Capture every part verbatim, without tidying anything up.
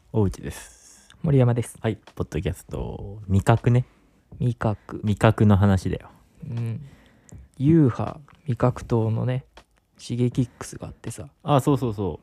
大内です。 森山です。 はい、ポッドキャスト味覚ね。 味覚。 味覚の話だよ。 うん。ユーハ味覚糖のね、シゲキックスがあってさ。 あ、そうそうそう。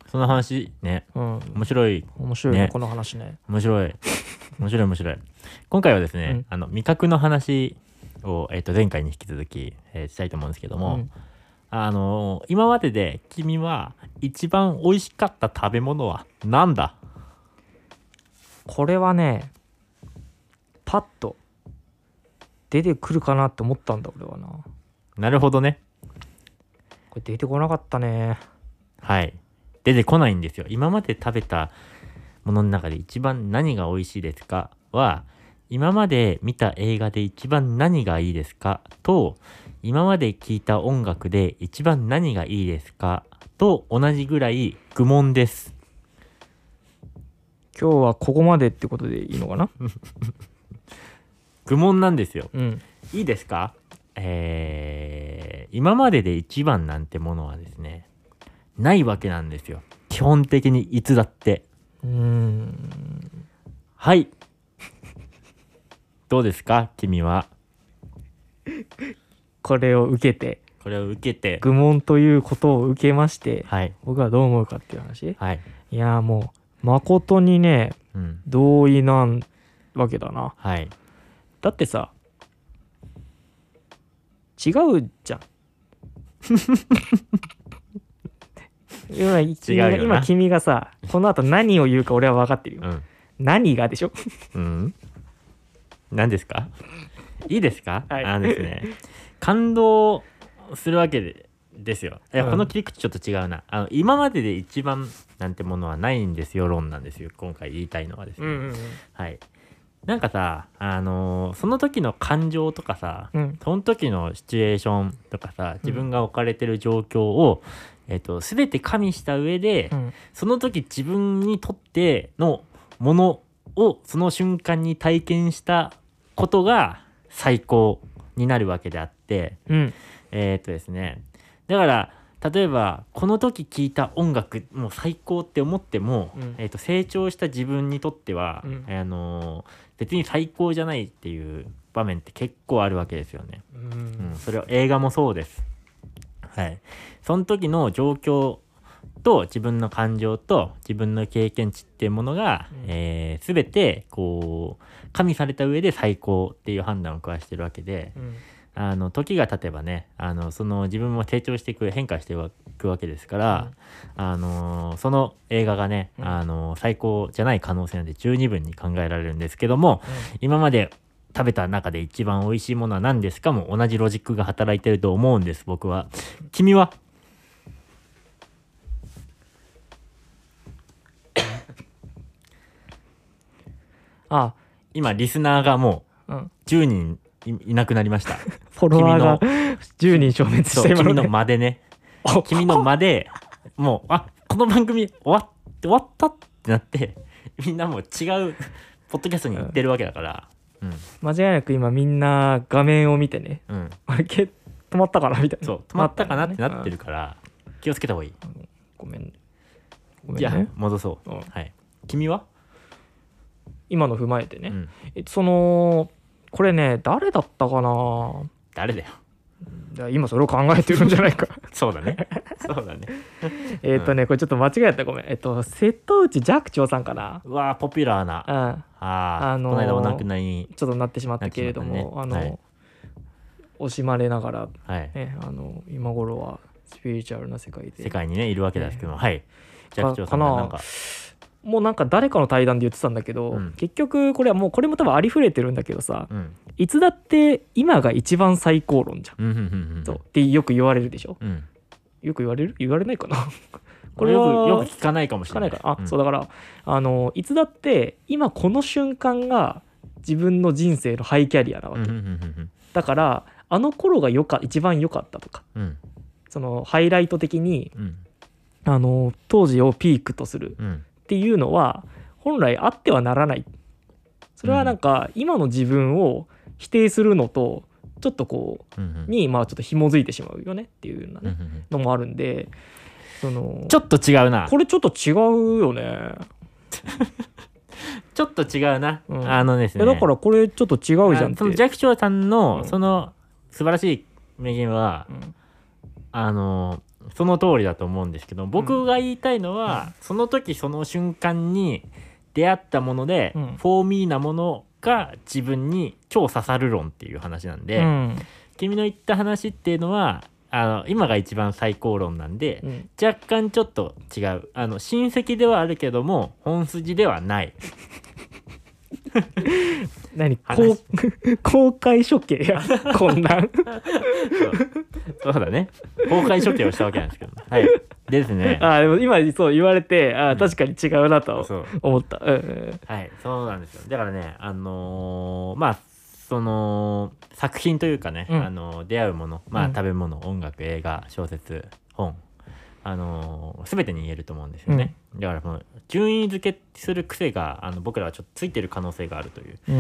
その話ね。 うん。 面白い。 面白いね、 ねこの話ね。 面白い。面白い面白い。今回はですね、 うん、 あの味覚の話を、えー、と前回に引き続き、えーしたいと思うんですけども、 うん、 あのー今までで君は一番美味しかった食べ物は何だ？ これはね、パッと出てくるかなって思ったんだ俺はな。 なるほどね。 これ出てこなかったね。 はい。出てこないんですよ。今まで食べたものの中で一番何が美味しいですかは、今まで見た映画で一番何がいいですかと、今まで聴いた音楽で一番何がいいですかと同じぐらい愚問です。 今日はここまでってことでいいのかな。 愚問なんですよ。 うん。 いいですか？えー、今までで一番なんてものはですね、ないわけなんですよ。基本的にいつだって。 うーん。 はい。どうですか君は。 これを受けて、 これを受けて。 愚問ということを受けまして、 はい。 僕はどう思うかっていう話。 はい。 いやーもう誠にね、 うん。 同意なんわけだな。 はい。 だってさ、違うじゃん。今君が違うよな今君がさ、この後何を言うか俺は分かってるよ。 うん。 何がでしょ。 うん。何ですか？いいですか？ はいあのですね、感動するわけでですよ。いや、 うんこの切り口ちょっと違うな。あの今までで一番なんてものはないんですよ論なんですよ。今回言いたいのはですね。 うんうんはい。なんかさ、あのーその時の感情とかさ、 うんその時のシチュエーションとかさ、自分が置かれてる状況を、えっと、全て加味した上で、 うんその時自分にとってのものをその瞬間に体験したことが最高になるわけであって、 うんえーっとですね、だから例えばこの時聴いた音楽もう最高って思っても、 うんえーっと成長した自分にとっては、 うんあのー別に最高じゃないっていう場面って結構あるわけですよね。 ううんん、それは映画もそうです。はい。その時の状況と自分の感情と自分の経験値っていうものが、 うんえー、全てこう加味された上で最高っていう判断を下してるわけで、 うんあの時が経てばね、あのその自分も成長していく変化していくわけですから、あのその映画がね、 うんあの最高じゃない可能性なんで十二分に考えられるんですけども、今まで食べた中で一番美味しいものは何ですかも同じロジックが働いてると思うんです僕は。君は？ あ、 今リスナーがもううんじゅうにん い, いなくなりました。 フォロワーがじゅうにん消滅した今のね。 そう君の間でね、君の間でもうあこの番組終わっ終わったってなってみんなもう違うポッドキャストに行ってるわけだから、うん間違いなく今みんな画面を見てね、 うん、 あれけ止まったかなみたいな。 そう止まったかなってなってる。 るから気をつけた方がいい。 ごめん。ごめじゃあんね。 戻そう、 うんはい。君は？ 今の踏まえてね。 うん、 えそのこれね誰だったかな。 誰だよ。 いや今それを考えてるんじゃないか。 そうだねそうだね。 えっとねこれちょっと間違えたごめん。えっと瀬戸内寂聴さんかな。 うわーポピュラーな、 うん。 ああ、 あのーこの間お亡くなりにちょっとなってしまったけれども、 なってしまあの、 ったねはい惜しまれながら、 はい、 ね、あの今頃はスピリチュアルな世界で世界にねいるわけですけども、はい。 か寂聴さんがなんかもうなんか誰かの対談で言ってたんだけど、 うん結局これはもうこれも多分ありふれてるんだけどさ、 うんいつだって今が一番最高論じゃん、 うんうんうんうんそうってよく言われるでしょ。 うんよく言われる言われないかな。ここれれはよくよく聞かないかもし聞れない。 かないからあ、 んそうだからあのいつだって今この瞬間が自分の人生のハイキャリアなわけ、 うんうんうんうんだからあの頃がよか一番良かったとか、 うんそのハイライト的にうんあの当時をピークとするうんっていうのは本来あってはならない。それはなんか今の自分を否定するのとちょっとこうんうんうにまあちょっと紐づいてしまうよねっていうようなねうんうんのもあるんで、そのちょっと違うな。 これちょっと違うよね。 ちょっと違うな、 うん、 あのですねだからこれちょっと違うじゃんって。 その寂聴さんの、 うん、 その素晴らしい名言は、うん、あのその通りだと思うんですけど、僕が言いたいのは、うん、その時その瞬間に出会ったもので、うん、フォーミーなものが自分に超刺さる論っていう話なんで、うん、君の言った話っていうのはあの今が一番最高論なんで、うん、若干ちょっと違う、あの親戚ではあるけども本筋ではない何公, 公開処刑やこんなんそう、そうだね、公開処刑をしたわけなんですけどはいですね。 あでも今そう言われてあ、うん、確かに違うなと思った、うん、 はいそうなんですよ。だからねあのー、まあその作品というかね、うん、あの出会うもの、まあ、食べ物、うん、音楽、映画、小説、本、あのー、全てに言えると思うんですよね、うん、だからこの順位付けする癖があの僕らはちょっとついてる可能性があるという、うん、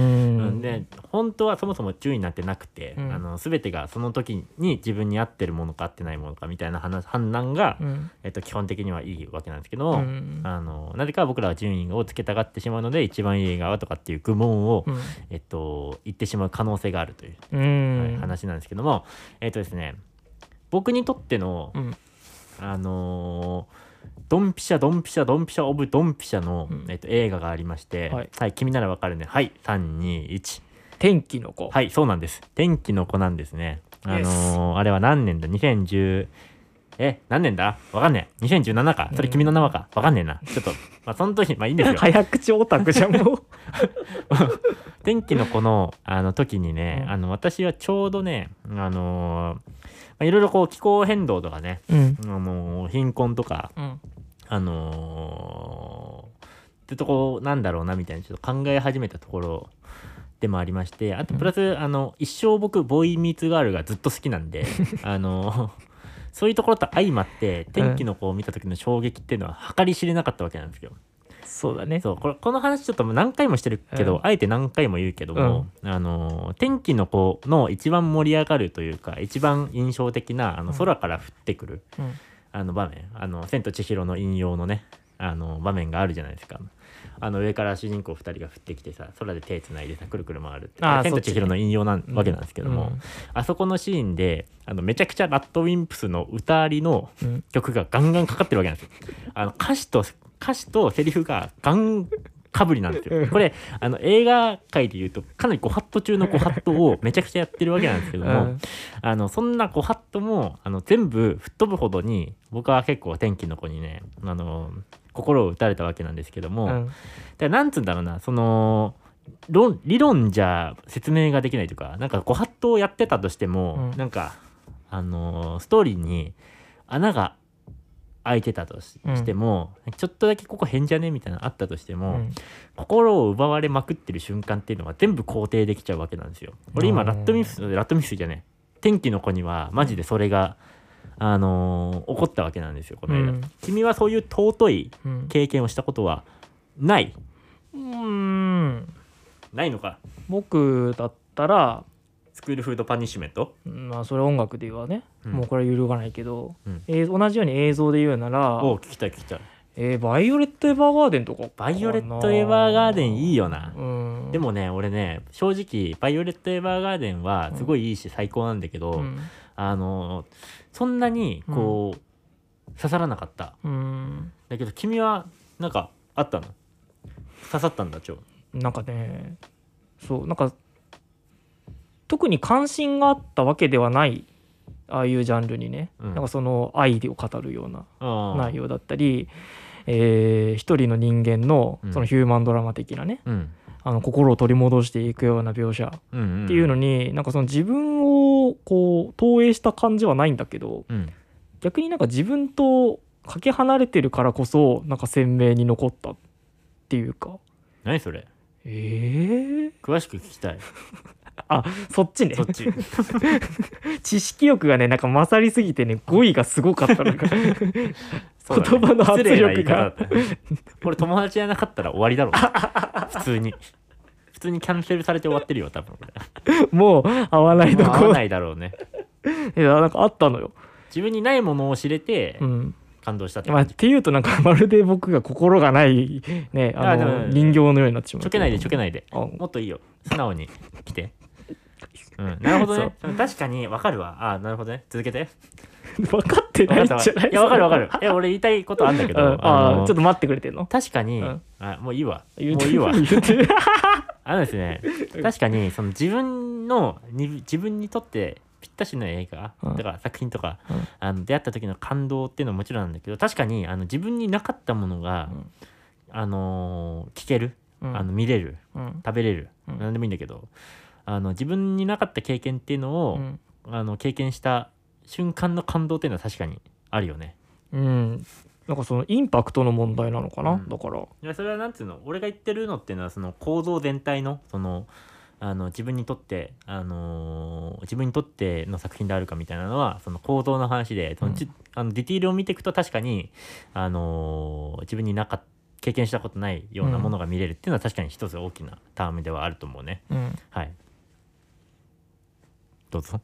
で本当はそもそも順位になってなくて、うん、あの全てがその時に自分に合ってるものか合ってないものかみたいな判断が、うんえっと、基本的にはいいわけなんですけども、うん、あのなぜか僕らは順位をつけたがってしまうので一番いい映画はとかっていう愚問を、うんえっと、言ってしまう可能性があるという、うんはい、話なんですけども、えっとですね、僕にとっての、うんあのードンピシャドンピシャドンピシャオブドンピシャの、うんえっと、映画がありまして、はい、はい、君ならわかるね。はいさんにいち天気の子。 はいそうなんです、天気の子なんですね。あのー、あれは何年だにせんじゅうえ何年だわかんねえにせんじゅうななかそれ君の名はかわかんねえなちょっとまあその時まあいいんですよ早口オタクじゃんもう天気の子のあの時にね、うん、あの私はちょうどねあのー、いろいろこう気候変動とかね、うん、あのー、貧困とか、うん、あのー、ってとこなんだろうなみたいなちょっと考え始めたところでもありまして、あとプラス、うん、あの一生僕ボーイミーツガールがずっと好きなんであのーそういうところと相まって天気の子を見た時の衝撃っていうのは計り知れなかったわけなんですよ。 そうだね。 そうこれこの話ちょっと何回もしてるけど、うん、あえて何回も言うけども、うん、あの天気の子の一番盛り上がるというか一番印象的なあの空から降ってくる、うん、あの場面、あの千と千尋の引用のねあの場面があるじゃないですか。あの上から主人公ふたりが降ってきてさ空で手つないでさくるくる回るって千と千尋の引用なわけなんですけども、うん、あそこのシーンであのめちゃくちゃラッドウィンプスの歌ありの曲がガンガンかかってるわけなんですよ。あの歌詞と歌詞とセリフがガンかぶりなんですよ。これあの映画界でいうとかなりご法度中のご法度をめちゃくちゃやってるわけなんですけども、うん、あのそんなご法度もあの全部吹っ飛ぶほどに僕は結構天気の子にねあの心を打たれたわけなんですけども、うん、だからなんつうんだろうなその論理論じゃ説明ができないというかなんかご法度をやってたとしても、うん、なんかあのストーリーに穴が開いてたと し,、うん、してもちょっとだけここ変じゃねみたいなのあったとしても、うん、心を奪われまくってる瞬間っていうのが全部肯定できちゃうわけなんですよ。俺今ラッドミスラッドミスじゃね天気の子にはマジでそれが、あのー、起こったわけなんですよこの映画、うん、君はそういう尊い経験をしたことはない、 うん、 ないのか。 僕だったらスクールフードパニッシュメント、 まあそれ音楽で言うわね、うん、もうこれは揺るがないけど、うんえー、同じように映像で言うならお聞きたい聞きたい、 えー、バイオレット・エヴァーガーデンとかバイオレット・エヴァーガーデンいいよな、うん、でもね俺ね正直バイオレット・エヴァーガーデンはすごいいいし最高なんだけど、うん、あのそんなにこう、うん、刺さらなかった、うん、だけど君はなんかあったの刺さったんだ超なんかねそうなんか特に関心があったわけではないああいうジャンルにね、うん、なんかその愛を語るような内容だったり、えー、一人の人間のそのヒューマンドラマ的なね、うん、あの心を取り戻していくような描写っていうのに、うんうん、なんかその自分をこう投影した感じはないんだけど、うん、逆になんか自分とかけ離れてるからこそなんか鮮明に残ったっていうか。 何それえー、 詳しく聞きたいあ、そっちね。 そっち知識欲がねなんか勝りすぎてね語彙がすごかったなんか言葉の圧力がこれ友達じゃなかったら終わりだろう普通に普通にキャンセルされて終わってるよ多分もう合わないとこ合わないだろうねいやなんかあったのよ。 自分にないものを知れて、うん、 感動したってまあ、っ感じ。 ていうとなんかまるで僕が心がないねああでもの人形のようになってしまうちょけないでちょけないであもっといいよ素直に来て。うん、なるほどね。その確かに分かるわ。あなるほどね。続けて。 分かってないんじゃない？ いや分かる分かる。いや俺言いたいことあるんだけど、 うん、ああのちょっと待ってくれてんの？ 確かに、 うん、 あもういいわ。 言うてもういいわ。 言うてあのですね、確かにその自分のに自分にとってぴったしの映画とか作品とか、 うん、 あの出会った時の感動っていうのはもちろんなんだけど、確かにあの自分になかったものが、 うん、 あのー聞ける、 うん、 あの見れる、 うん、 食べれる、 うん、 何でもいいんだけど、あの自分になかった経験っていうのを、 うん、 あの経験した瞬間の感動っていうのは確かにあるよね。 うん、なんかそのインパクトの問題なのかな、うん、だからいやそれはなんつうの俺が言ってるのっていうのはその構造全体のそのあの自分にとって、あのー、自分にとっての作品であるかみたいなのはその構造の話でその、うん、あのディティールを見ていくと確かに、あのー、自分になか経験したことないようなものが見れるっていうのは確かに一つ大きなタームではあると思うね、 うん、 はいどうぞ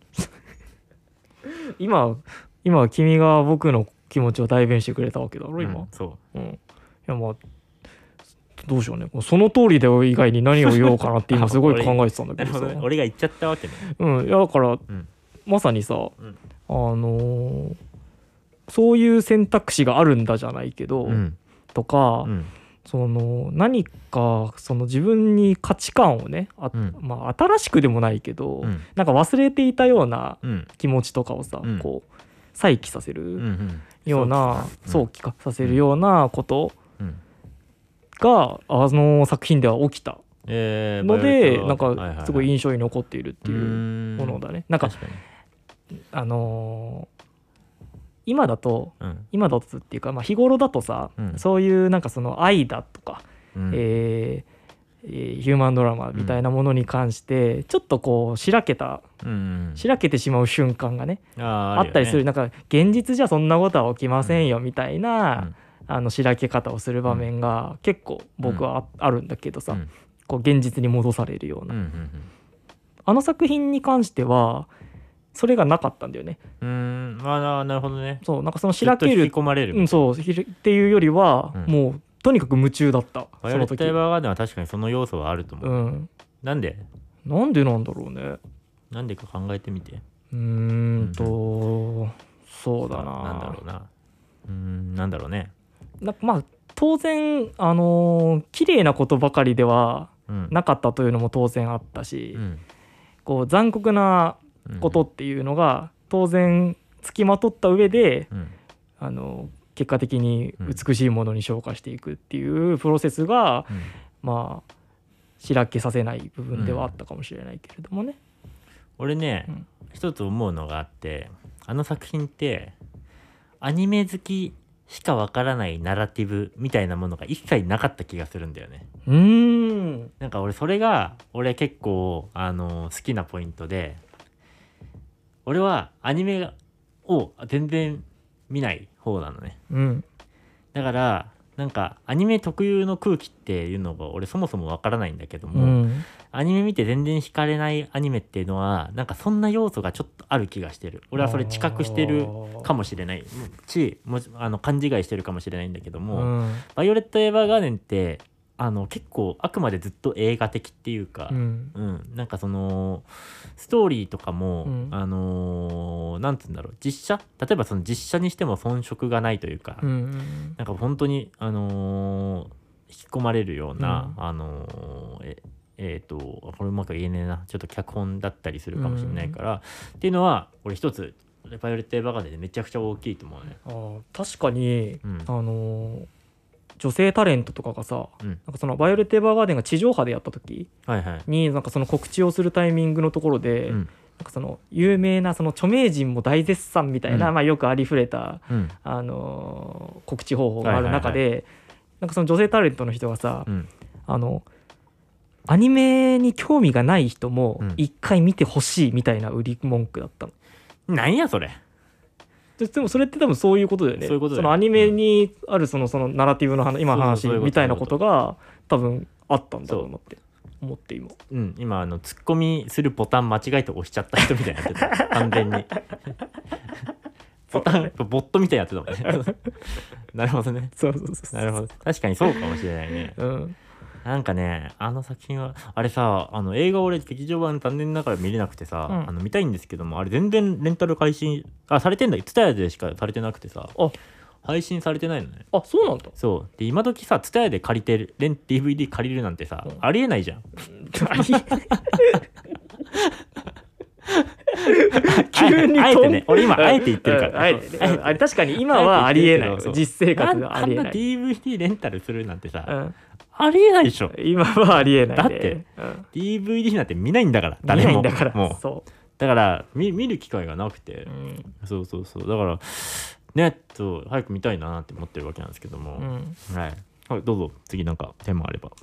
今今君が僕の気持ちを代弁してくれたわけだろ今、 うん、そう、 うん、いやまあどうしようねその通りで以外に何を言おうかなって今すごい考えてたんだけどさ俺, 俺が言っちゃったわけね。 うんいやだから、うん、まさにさ、うん、あのー、そういう選択肢があるんだじゃないけど、うん、とか、うん、その何かその自分に価値観をねあ、うん、まあ新しくでもないけど、うん、なんか忘れていたような気持ちとかをさ、うん、こう再起させるような、想起かさせるようなことがあの作品では起きたので、なんかすごい印象に残っているっていうものだね。なんかあの今だと今だとっていうか、まあ日頃だとさ、そういうなんかその愛だとか、えーヒューマンドラマみたいなものに関してちょっとこうしらけた、うん、しらけてしまう瞬間がね、うん、あ, あ, あったりする、ね、なんか現実じゃそんなことは起きませんよみたいな、うん、あのしらけ方をする場面が結構僕は あ,、うん、あるんだけどさ、うん、こう現実に戻されるような、うんうんうん、あの作品に関してはそれがなかったんだよね。 うーんあなるほどね。 そうなんかそのしらける、 引き込まれる、 うん、そうっていうよりは、うん、もうとにかく夢中だった。 バイオレット・エヴァーガーデンは確かにその要素はあると思う、うん、なんでなんでなんだろうね。 なんでか考えてみて。 うーんと、うん、そうだななんだろうなうーんなんだろうね。 なまあ当然あのー、綺麗なことばかりではなかったというのも当然あったし、うん、こう残酷なことっていうのが当然つきまとった上で、うん、あのー結果的に美しいものに昇華していくっていうプロセスが、うん、まあしらけさせない部分ではあったかもしれないけれどもね、 うん、俺ね、うん、一つ思うのがあって、あの作品ってアニメ好きしかわからないナラティブみたいなものが一切なかった気がするんだよね。 うーんなんか俺それが俺結構あの好きなポイントで、俺はアニメを全然見ない方なのね、 うん、 だからなんかアニメ特有の空気っていうのが俺そもそもわからないんだけども、うん、アニメ見て全然惹かれないアニメっていうのはなんかそんな要素がちょっとある気がしてる。俺はそれ知覚してるかもしれないし、もあの勘違いしてるかもしれないんだけども、うん、バイオレット・エヴァーガーデンってあの結構あくまでずっと映画的っていうか、うんうん、なんかそのストーリーとかも、うん、あのー、なんて言うんだろう、実写例えばその実写にしても遜色がないというか、うん、なんか本当に、あのー、引き込まれるような、うん、あのー、ええー、とこれうまく言えねえな、ちょっと脚本だったりするかもしれないから、うん、っていうのは俺一つバイオレット・エヴァーガーデンでめちゃくちゃ大きいと思うね。 あ確かに、うん、あのー女性タレントとかがさ、うん、なんかそのバイオレット・エヴァーガーデンが地上波でやった時になんかその告知をするタイミングのところで、うん、なんかその有名なその著名人も大絶賛みたいな、うんまあ、よくありふれた、うんあのー、告知方法がある中で、はいはいはい、なんかその女性タレントの人がさ、うん、あのアニメに興味がない人も一回見てほしいみたいな売り文句だったの、 うん、なんやそれ。 でもそれって多分そういうことだよね。 そういうことだよ。 そのアニメにあるそのそのナラティブの話、今の話みたいなことが多分あったんだろうなって思って今。 うん、今あのツッコミするボタン間違えて押しちゃった人みたいになってた完全に。 ボタンボットみたいなやつだもんねなるほどね。 そうそうそうそう。 なるほど、確かにそうかもしれないね。 うん。 なんかね、あの作品はあれさ、あの映画俺劇場版残念ながら見れなくてさ、 うん、 あの見たいんですけども、あれ全然レンタル配信あされてんだけど、TSUTAYAでしかされてなくてさ、 あ配信されてないのね。 あ、そうなんだ。 そうで、今時さ TSUTAYAで借りてるレン ディーブイディー 借りるなんてさ、うん、ありえないじゃん急にあえてね、俺今あえて言ってるから、 あえてね、あれ確かに今はありえない、実生活ではありえない。 あんな ディーブイディー レンタルするなんてさ、 うん、 ありえないでしょ。 今はありえない、ね、 だって、うん、ディーブイディー なんて見ないんだから、 誰も見ないんだからもうそうだから見見る機会がなくて、 うん、 そうそうそう、だからね、と早く見たいなって思ってるわけなんですけども、 うん、 はい、はい、どうぞ次なんかテーマあれば。 好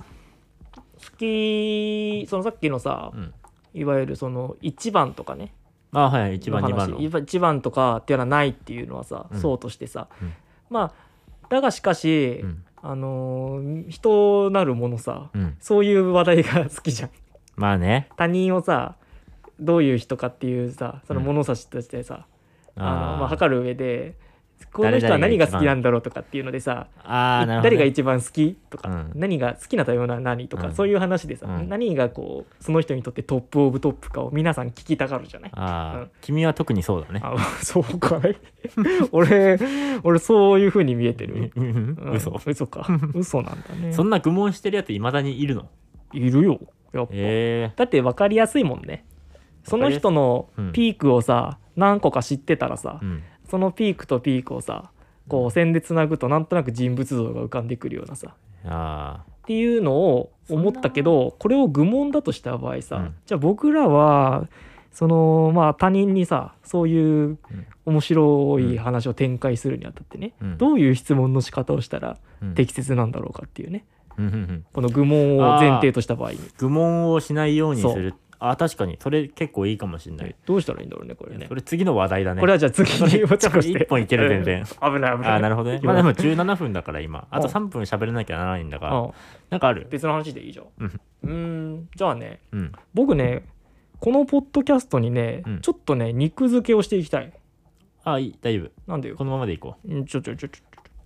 き、そのさっきのさ、うん、いわゆるそのいちばんとかね、 あ、はい、いちばんにばんのいちばんとかっていうのはないっていうのはさ、うん、そうとしてさ、うん、まあだがしかし、うん、あのー、人なるものさ、うん、そういう話題が好きじゃん。 まあね、 他人をさどういう人かっていうさ、その物差しとしてさ、うん、あのまあ、測る上でこの人は何が好きなんだろうとかっていうのでさ、あ、ね、誰が一番好きとか、うん、何が好きな食べ物は何とか、うん、そういう話でさ、うん、何がこうその人にとってトップオブトップかを皆さん聞きたがるじゃない。 あ、うん、君は特にそうだね。 あ、そうかい俺俺そういう風に見えてるうん、 嘘嘘か嘘なんだね。 そんな愚問してるやついまだにいるの？ いるよやっぱ、 えー、 だって分かりやすいもんね。その人のピークをさ、うん、何個か知ってたらさ、うん、そのピークとピークをさこう線でつなぐとなんとなく人物像が浮かんでくるようなさ、 あっていうのを思ったけど、これを愚問だとした場合さ、うん、じゃあ僕らはそのまあ他人にさそういう面白い話を展開するにあたってね、うん、どういう質問の仕方をしたら適切なんだろうかっていうね、うん、この愚問を前提とした場合に愚問をしないようにする。あ、確かにそれ結構いいかもしれない。 どうしたらいいんだろうねこれね。 それ次の話題だね。 これはじゃあ次に持ち越していっぽんいける全然危ない危ない。 あ、なるほどね。まあでもじゅうななふんだから今あとさんぷん喋らなきゃならないんだが、なんかある？ 別の話でいいじゃん。うんうーん、じゃあね、うん、僕ねこのポッドキャストにね、うん、ちょっとね肉付けをしていきたい。 あ、いい、大丈夫。 なんでよ。 このままでいこう。ちょちょちょちょ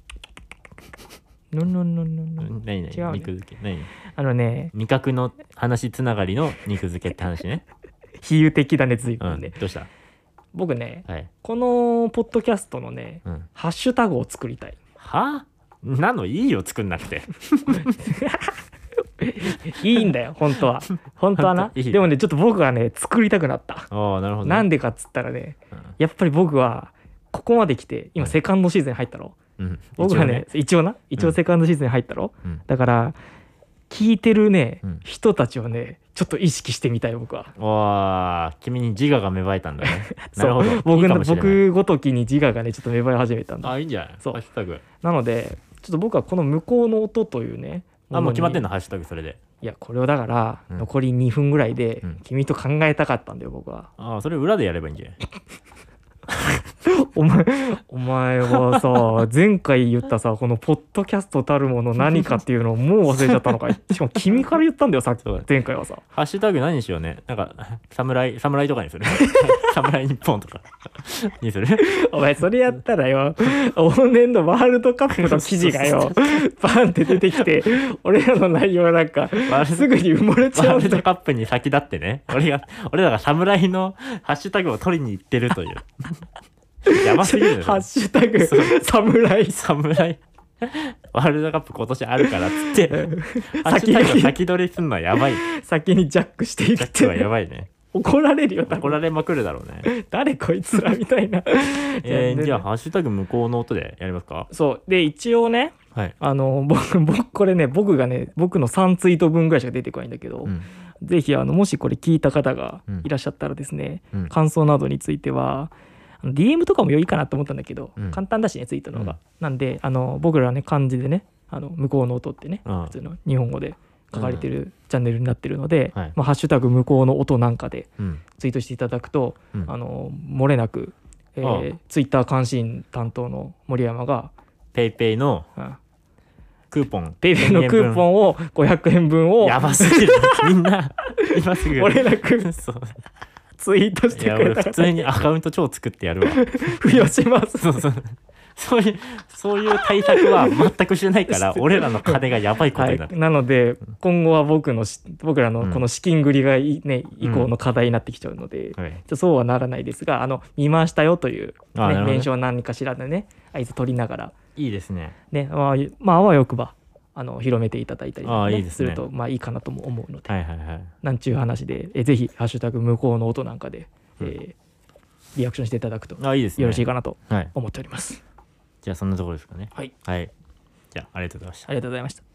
ののののの何何肉付け何？ あのね、 味覚の話つながりの肉付けって話ね。 比喩的だね随分ね、 うん、どうした？ 僕ね、はい、このポッドキャストのね、うん、ハッシュタグを作りたい。 は？なのいいよ作んなくていいんだよ本当は本当はな。いいでもねちょっと僕はね作りたくなった。 あ、なるほど、ね、 なんでかっつったらね、うん、やっぱり僕はここまで来て今セカンドシーズンに入ったろ、うん、僕はね一応な一応セカンドシーズンに入ったろ、うん、だから聞いてるね、うん、人たちをねちょっと意識してみたい僕は。 わー、君に自我が芽生えたんだねなるほど。 僕いいかの僕ごときに自我がねちょっと芽生え始めたんだ。 あ、いいんじゃない。 そう、 ハッシュタグ。 なのでちょっと僕はこの向こうの音というね、 あ、もう決まってんのハッシュタグそれで。 いやこれをだから、うん、残りにふんぐらいで、うん、君と考えたかったんだよ僕は。 あ、それ裏でやればいいんじゃないお前お前はさ前回言ったさこのポッドキャストたるもの何かっていうのをもう忘れちゃったのかい。しかも君から言ったんだよさっき前回はさ。 ハッシュタグ何にしようね。なんか侍侍とかにする侍日本とかにするお前それやったらよ往年のワールドカップの記事がよバンって出てきて俺らの内容なんかすぐに埋もれちゃうんだよ。 ワールドカップに先立ってね俺が俺らが侍のハッシュタグを取りに行ってるというやばすぎるね。 ハッシュタグ侍侍ワールドカップ今年あるからっつってハッシュタグ先取りすんのはやばい。 先にジャックしていくってジャックはやばいね。 怒られるよ。 怒られまくるだろうね。 誰こいつらみたいなえー、じゃあハッシュタグ向こうの音でやりますか。 そうで一応ね、はい、あの僕僕これね僕がね僕のさんツイート分ぐらいしか出てこないんだけど、うん、ぜひあのもしこれ聞いた方がいらっしゃったらですね、うん、感想などについてはディーエム とかも良いかなと思ったんだけど、うん、簡単だしねツイートの方が、うん、なんであの僕らね漢字でねあの向こうの音ってね、うん、普通の日本語で書かれてるチャンネルになってるので、うんはい、まあ、ハッシュタグ向こうの音なんかでツイートしていただくと、うん、あの漏れなく、えー、ツイッター監視員担当の森山がペイペイのクーポンペイペイのクーポンをごひゃくえんぶんをやばすぎるみんな今すぐ漏れなくツイートしていや俺くれたら普通にアカウント超作ってやるわ付与します。 そうそうそういうそういう対策は全くしてないから俺らの金がやばいことはになる、 い、なので今後は僕のし僕らのこの資金繰りがい、ね、以降の課題になってきちゃうので、 はい、 ちょっとそうはならないですが、あの見ましたよという、ね、 あなるほどね名称何かしらでね合図取りながら、 いいですね。 ね、まあ、まあ、あわよくばあの広めていただいたりとか、ね、 あいいですねるとまあいいかなとも思うので、 はいはいはい。 なんちゅう話でえぜひ「ハッシュタグ向こうの音」なんかで、 うんえーリアクションしていただくとあいいですね。 よろしいかなとはい。 思っております。 じゃあそんなところですかね。 はい、 はい。じゃあありがとうございました。 ありがとうございました。